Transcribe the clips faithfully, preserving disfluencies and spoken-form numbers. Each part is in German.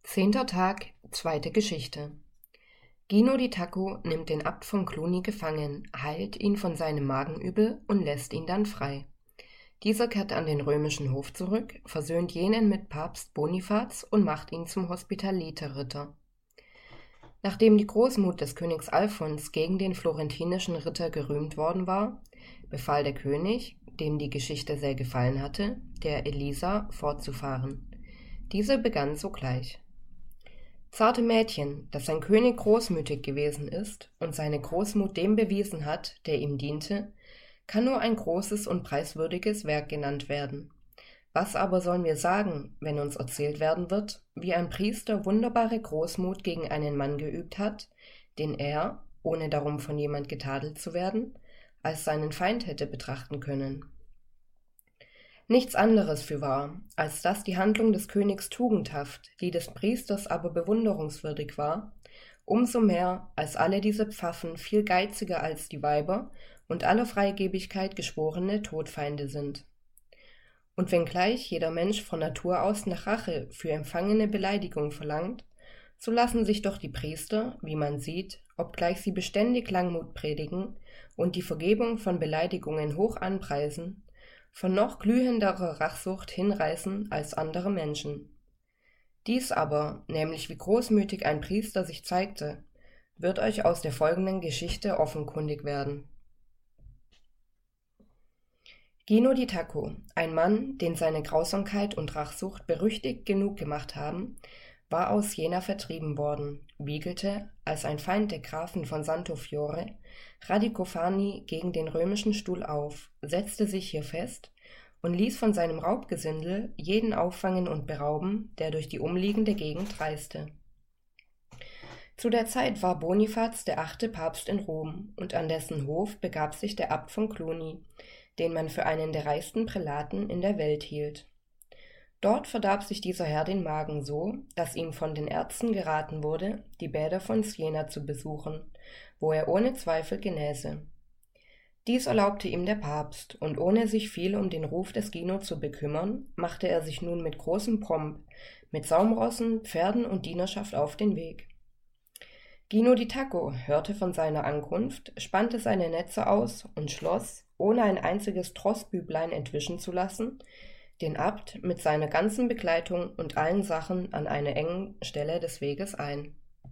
Zehnter Tag, zweite Geschichte. Gino di Tacco nimmt den Abt von Cluny gefangen, heilt ihn von seinem Magenübel und lässt ihn dann frei. Dieser kehrt an den römischen Hof zurück, versöhnt jenen mit Papst Bonifaz und macht ihn zum Hospitaliterritter. Nachdem die Großmut des Königs Alfons gegen den florentinischen Ritter gerühmt worden war, befahl der König, dem die Geschichte sehr gefallen hatte, der Elisa fortzufahren. Diese begann sogleich. Zarte Mädchen, dass sein König großmütig gewesen ist und seine Großmut dem bewiesen hat, der ihm diente, kann nur ein großes und preiswürdiges Werk genannt werden. Was aber sollen wir sagen, wenn uns erzählt werden wird, wie ein Priester wunderbare Großmut gegen einen Mann geübt hat, den er, ohne darum von jemand getadelt zu werden, als seinen Feind hätte betrachten können? Nichts anderes fürwahr, als dass die Handlung des Königs tugendhaft, die des Priesters aber bewunderungswürdig war, umso mehr, als alle diese Pfaffen viel geiziger als die Weiber und aller Freigebigkeit geschworene Todfeinde sind. Und wenngleich jeder Mensch von Natur aus nach Rache für empfangene Beleidigung verlangt, so lassen sich doch die Priester, wie man sieht, obgleich sie beständig Langmut predigen und die Vergebung von Beleidigungen hoch anpreisen, von noch glühenderer Rachsucht hinreißen als andere Menschen. Dies aber, nämlich wie großmütig ein Priester sich zeigte, wird euch aus der folgenden Geschichte offenkundig werden. Gino di Tacco, ein Mann, den seine Grausamkeit und Rachsucht berüchtigt genug gemacht haben, war aus Jena vertrieben worden, wiegelte, als ein Feind der Grafen von Santofiore, Radicofani gegen den römischen Stuhl auf, setzte sich hier fest und ließ von seinem Raubgesindel jeden auffangen und berauben, der durch die umliegende Gegend reiste. Zu der Zeit war Bonifaz der achte Papst in Rom, und an dessen Hof begab sich der Abt von Cluny, den man für einen der reichsten Prälaten in der Welt hielt. Dort verdarb sich dieser Herr den Magen so, dass ihm von den Ärzten geraten wurde, die Bäder von Siena zu besuchen, wo er ohne Zweifel genäse. Dies erlaubte ihm der Papst, und ohne sich viel um den Ruf des Gino zu bekümmern, machte er sich nun mit großem Pomp, mit Saumrossen, Pferden und Dienerschaft auf den Weg. Gino di Tacco hörte von seiner Ankunft, spannte seine Netze aus und schloss, ohne ein einziges Trossbüblein entwischen zu lassen, den Abt mit seiner ganzen Begleitung und allen Sachen an eine enge Stelle des Weges ein.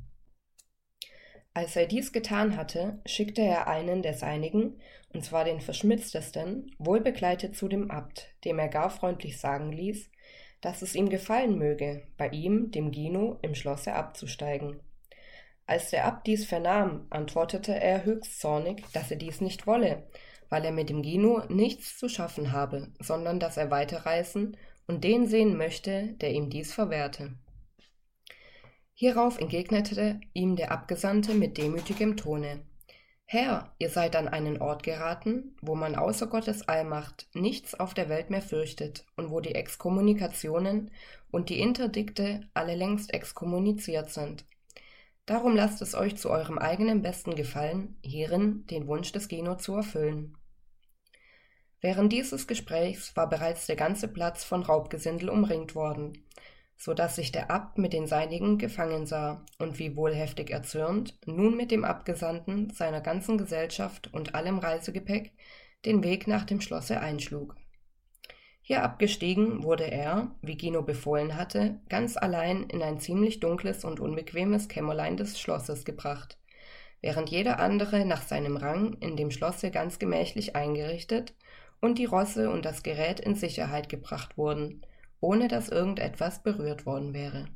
Als er dies getan hatte, schickte er einen der Seinigen, und zwar den verschmitztesten, wohlbegleitet zu dem Abt, dem er gar freundlich sagen ließ, dass es ihm gefallen möge, bei ihm, dem Gino, im Schlosse abzusteigen. Als der Abt dies vernahm, antwortete er höchst zornig, dass er dies nicht wolle, weil er mit dem Gino nichts zu schaffen habe, sondern dass er weiterreisen und den sehen möchte, der ihm dies verwehrte. Hierauf entgegnete ihm der Abgesandte mit demütigem Tone: Herr, ihr seid an einen Ort geraten, wo man außer Gottes Allmacht nichts auf der Welt mehr fürchtet und wo die Exkommunikationen und die Interdikte alle längst exkommuniziert sind. Darum lasst es euch zu eurem eigenen Besten gefallen, hierin den Wunsch des Gino zu erfüllen. Während dieses Gesprächs war bereits der ganze Platz von Raubgesindel umringt worden, so dass sich der Abt mit den Seinigen gefangen sah und wiewohl heftig erzürnt, nun mit dem Abgesandten, seiner ganzen Gesellschaft und allem Reisegepäck den Weg nach dem Schlosse einschlug. Hier abgestiegen wurde er, wie Gino befohlen hatte, ganz allein in ein ziemlich dunkles und unbequemes Kämmerlein des Schlosses gebracht, während jeder andere nach seinem Rang in dem Schlosse ganz gemächlich eingerichtet und die Rosse und das Gerät in Sicherheit gebracht wurden, ohne dass irgendetwas berührt worden wäre.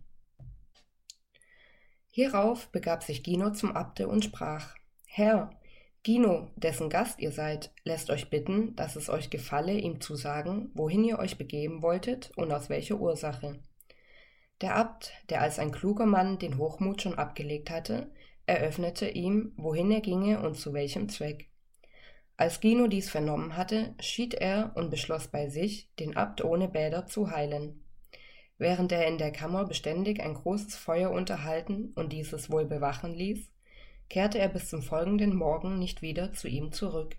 Hierauf begab sich Gino zum Abte und sprach: Herr, Gino, dessen Gast ihr seid, lässt euch bitten, dass es euch gefalle, ihm zu sagen, wohin ihr euch begeben wolltet und aus welcher Ursache. Der Abt, der als ein kluger Mann den Hochmut schon abgelegt hatte, eröffnete ihm, wohin er ginge und zu welchem Zweck. Als Gino dies vernommen hatte, schied er und beschloss bei sich, den Abt ohne Bäder zu heilen. Während er in der Kammer beständig ein großes Feuer unterhalten und dieses wohl bewachen ließ, kehrte er bis zum folgenden Morgen nicht wieder zu ihm zurück.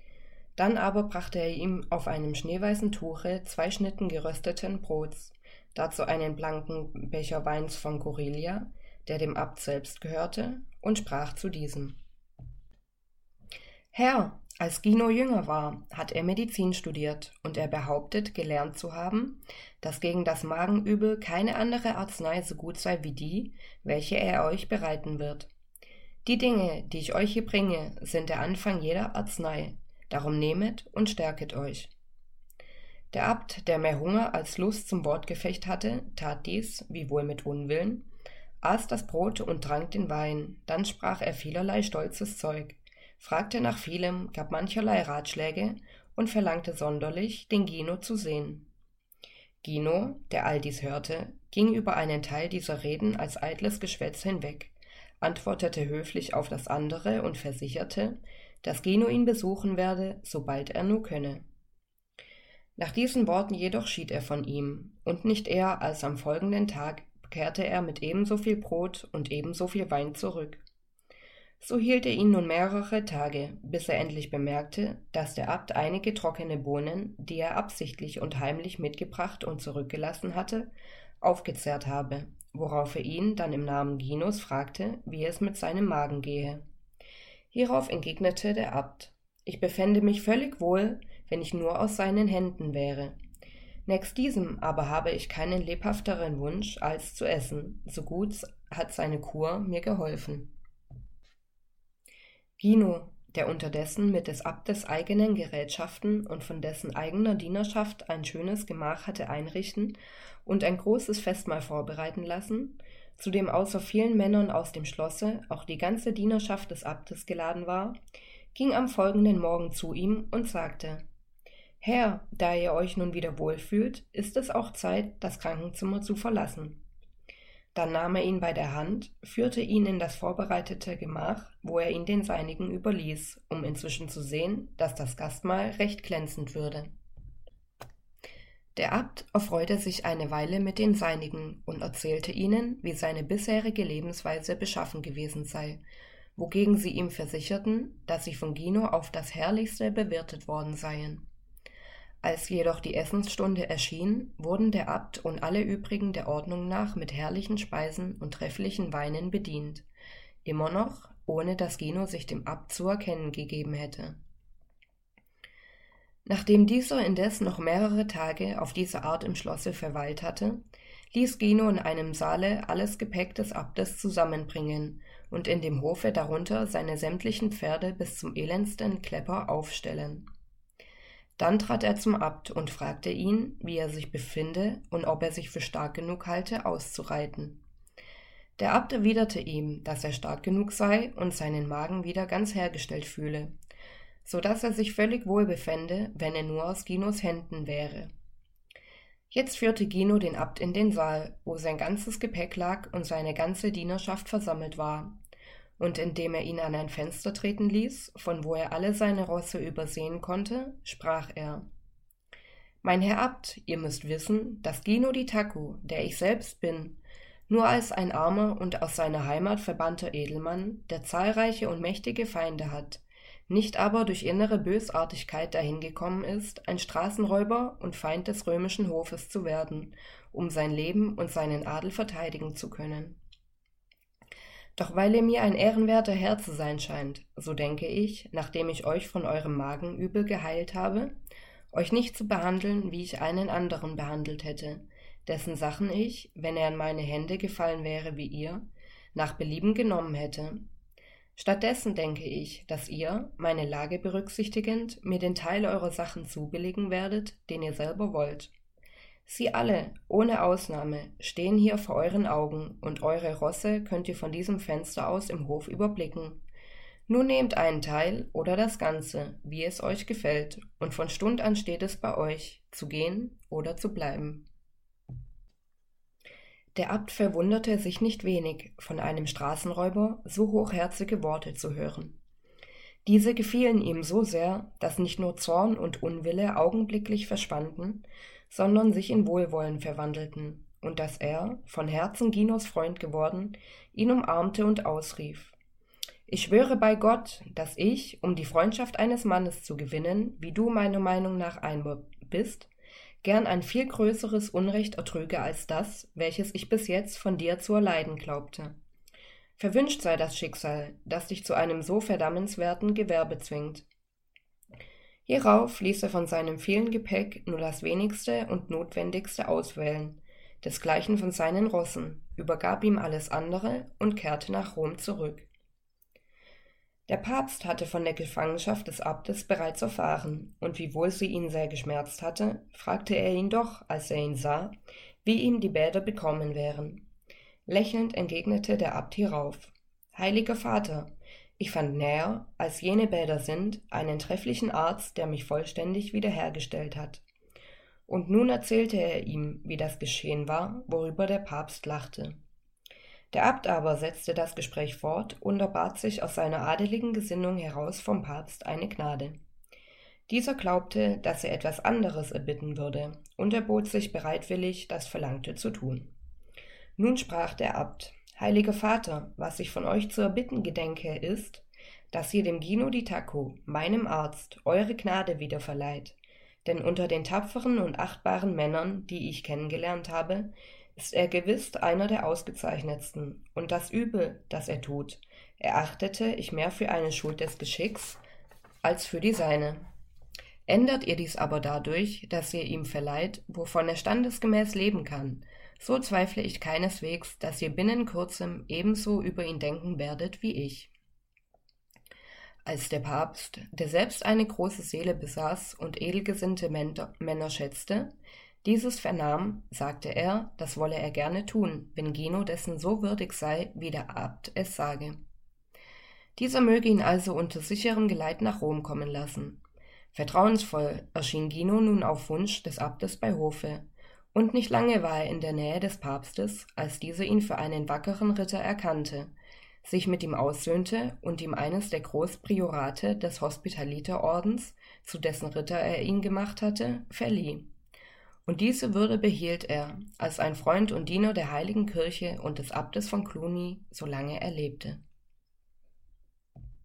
Dann aber brachte er ihm auf einem schneeweißen Tuche zwei Schnitten gerösteten Brots, dazu einen blanken Becher Weins von Corellia, der dem Abt selbst gehörte, und sprach zu diesem: »Herr, als Gino jünger war, hat er Medizin studiert, und er behauptet, gelernt zu haben, dass gegen das Magenübel keine andere Arznei so gut sei wie die, welche er euch bereiten wird. Die Dinge, die ich euch hier bringe, sind der Anfang jeder Arznei, darum nehmet und stärket euch.« Der Abt, der mehr Hunger als Lust zum Wortgefecht hatte, tat dies, wiewohl mit Unwillen, aß das Brot und trank den Wein, dann sprach er vielerlei stolzes Zeug, fragte nach vielem, gab mancherlei Ratschläge und verlangte sonderlich, den Gino zu sehen. Gino, der all dies hörte, ging über einen Teil dieser Reden als eitles Geschwätz hinweg, antwortete höflich auf das andere und versicherte, dass Gino ihn besuchen werde, sobald er nur könne. Nach diesen Worten jedoch schied er von ihm, und nicht eher als am folgenden Tag kehrte er mit ebenso viel Brot und ebenso viel Wein zurück. So hielt er ihn nun mehrere Tage, bis er endlich bemerkte, dass der Abt einige trockene Bohnen, die er absichtlich und heimlich mitgebracht und zurückgelassen hatte, aufgezehrt habe, worauf er ihn dann im Namen Ginos fragte, wie es mit seinem Magen gehe. Hierauf entgegnete der Abt: »Ich befände mich völlig wohl, wenn ich nur aus seinen Händen wäre. Nächst diesem aber habe ich keinen lebhafteren Wunsch, als zu essen, so gut hat seine Kur mir geholfen.« Gino, der unterdessen mit des Abtes eigenen Gerätschaften und von dessen eigener Dienerschaft ein schönes Gemach hatte einrichten und ein großes Festmahl vorbereiten lassen, zu dem außer vielen Männern aus dem Schlosse auch die ganze Dienerschaft des Abtes geladen war, ging am folgenden Morgen zu ihm und sagte: »Herr, da ihr euch nun wieder wohlfühlt, ist es auch Zeit, das Krankenzimmer zu verlassen.« Dann nahm er ihn bei der Hand, führte ihn in das vorbereitete Gemach, wo er ihn den Seinigen überließ, um inzwischen zu sehen, dass das Gastmahl recht glänzend würde. Der Abt erfreute sich eine Weile mit den Seinigen und erzählte ihnen, wie seine bisherige Lebensweise beschaffen gewesen sei, wogegen sie ihm versicherten, dass sie von Gino auf das Herrlichste bewirtet worden seien. Als jedoch die Essensstunde erschien, wurden der Abt und alle übrigen der Ordnung nach mit herrlichen Speisen und trefflichen Weinen bedient, immer noch, ohne dass Gino sich dem Abt zu erkennen gegeben hätte. Nachdem dieser indes noch mehrere Tage auf diese Art im Schlosse verweilt hatte, ließ Gino in einem Saale alles Gepäck des Abtes zusammenbringen und in dem Hofe darunter seine sämtlichen Pferde bis zum elendsten Klepper aufstellen. Dann trat er zum Abt und fragte ihn, wie er sich befinde und ob er sich für stark genug halte, auszureiten. Der Abt erwiderte ihm, dass er stark genug sei und seinen Magen wieder ganz hergestellt fühle, so dass er sich völlig wohl befände, wenn er nur aus Ginos Händen wäre. Jetzt führte Gino den Abt in den Saal, wo sein ganzes Gepäck lag und seine ganze Dienerschaft versammelt war, und indem er ihn an ein Fenster treten ließ, von wo er alle seine Rosse übersehen konnte, sprach er: »Mein Herr Abt, ihr müsst wissen, dass Gino di Tacco, der ich selbst bin, nur als ein armer und aus seiner Heimat verbannter Edelmann, der zahlreiche und mächtige Feinde hat, nicht aber durch innere Bösartigkeit dahin gekommen ist, ein Straßenräuber und Feind des römischen Hofes zu werden, um sein Leben und seinen Adel verteidigen zu können. Doch weil ihr mir ein ehrenwerter Herr zu sein scheint, so denke ich, nachdem ich euch von eurem Magenübel geheilt habe, euch nicht zu behandeln, wie ich einen anderen behandelt hätte, dessen Sachen ich, wenn er in meine Hände gefallen wäre wie ihr, nach Belieben genommen hätte. Stattdessen denke ich, dass ihr, meine Lage berücksichtigend, mir den Teil eurer Sachen zubilligen werdet, den ihr selber wollt. Sie alle, ohne Ausnahme, stehen hier vor euren Augen, und eure Rosse könnt ihr von diesem Fenster aus im Hof überblicken. Nun nehmt einen Teil oder das Ganze, wie es euch gefällt, und von Stund an steht es bei euch, zu gehen oder zu bleiben.« Der Abt verwunderte sich nicht wenig, von einem Straßenräuber so hochherzige Worte zu hören. Diese gefielen ihm so sehr, dass nicht nur Zorn und Unwille augenblicklich verschwanden, sondern sich in Wohlwollen verwandelten, und dass er, von Herzen Ginos Freund geworden, ihn umarmte und ausrief: »Ich schwöre bei Gott, dass ich, um die Freundschaft eines Mannes zu gewinnen, wie du meiner Meinung nach ein bist, gern ein viel größeres Unrecht ertrüge als das, welches ich bis jetzt von dir zu erleiden glaubte. Verwünscht sei das Schicksal, das dich zu einem so verdammenswerten Gewerbe zwingt. Hierauf ließ er von seinem vielen Gepäck nur das wenigste und notwendigste auswählen, desgleichen von seinen Rossen, übergab ihm alles andere und kehrte nach Rom zurück. Der Papst hatte von der Gefangenschaft des Abtes bereits erfahren, und wiewohl sie ihn sehr geschmerzt hatte, fragte er ihn doch, als er ihn sah, wie ihm die Bäder bekommen wären. Lächelnd entgegnete der Abt hierauf: »Heiliger Vater, ich fand näher, als jene Bäder sind, einen trefflichen Arzt, der mich vollständig wiederhergestellt hat.« Und nun erzählte er ihm, wie das geschehen war, worüber der Papst lachte. Der Abt aber setzte das Gespräch fort und erbat sich aus seiner adeligen Gesinnung heraus vom Papst eine Gnade. Dieser glaubte, dass er etwas anderes erbitten würde, und erbot sich bereitwillig, das Verlangte zu tun. Nun sprach der Abt: »Heiliger Vater, was ich von euch zu erbitten gedenke, ist, dass ihr dem Gino di Tacco, meinem Arzt, eure Gnade wieder verleiht, denn unter den tapferen und achtbaren Männern, die ich kennengelernt habe, ist er gewiss einer der ausgezeichnetsten, und das Übel, das er tut, erachtete ich mehr für eine Schuld des Geschicks als für die seine. Ändert ihr dies aber dadurch, dass ihr ihm verleiht, wovon er standesgemäß leben kann, so zweifle ich keineswegs, dass ihr binnen kurzem ebenso über ihn denken werdet wie ich.« Als der Papst, der selbst eine große Seele besaß und edelgesinnte Männer schätzte, dieses vernahm, sagte er, das wolle er gerne tun, wenn Gino dessen so würdig sei, wie der Abt es sage. Dieser möge ihn also unter sicherem Geleit nach Rom kommen lassen. Vertrauensvoll erschien Gino nun auf Wunsch des Abtes bei Hofe, und nicht lange war er in der Nähe des Papstes, als dieser ihn für einen wackeren Ritter erkannte, sich mit ihm aussöhnte und ihm eines der Großpriorate des Hospitaliterordens, zu dessen Ritter er ihn gemacht hatte, verlieh. Und diese Würde behielt er, als ein Freund und Diener der heiligen Kirche und des Abtes von Cluny, solange er lebte.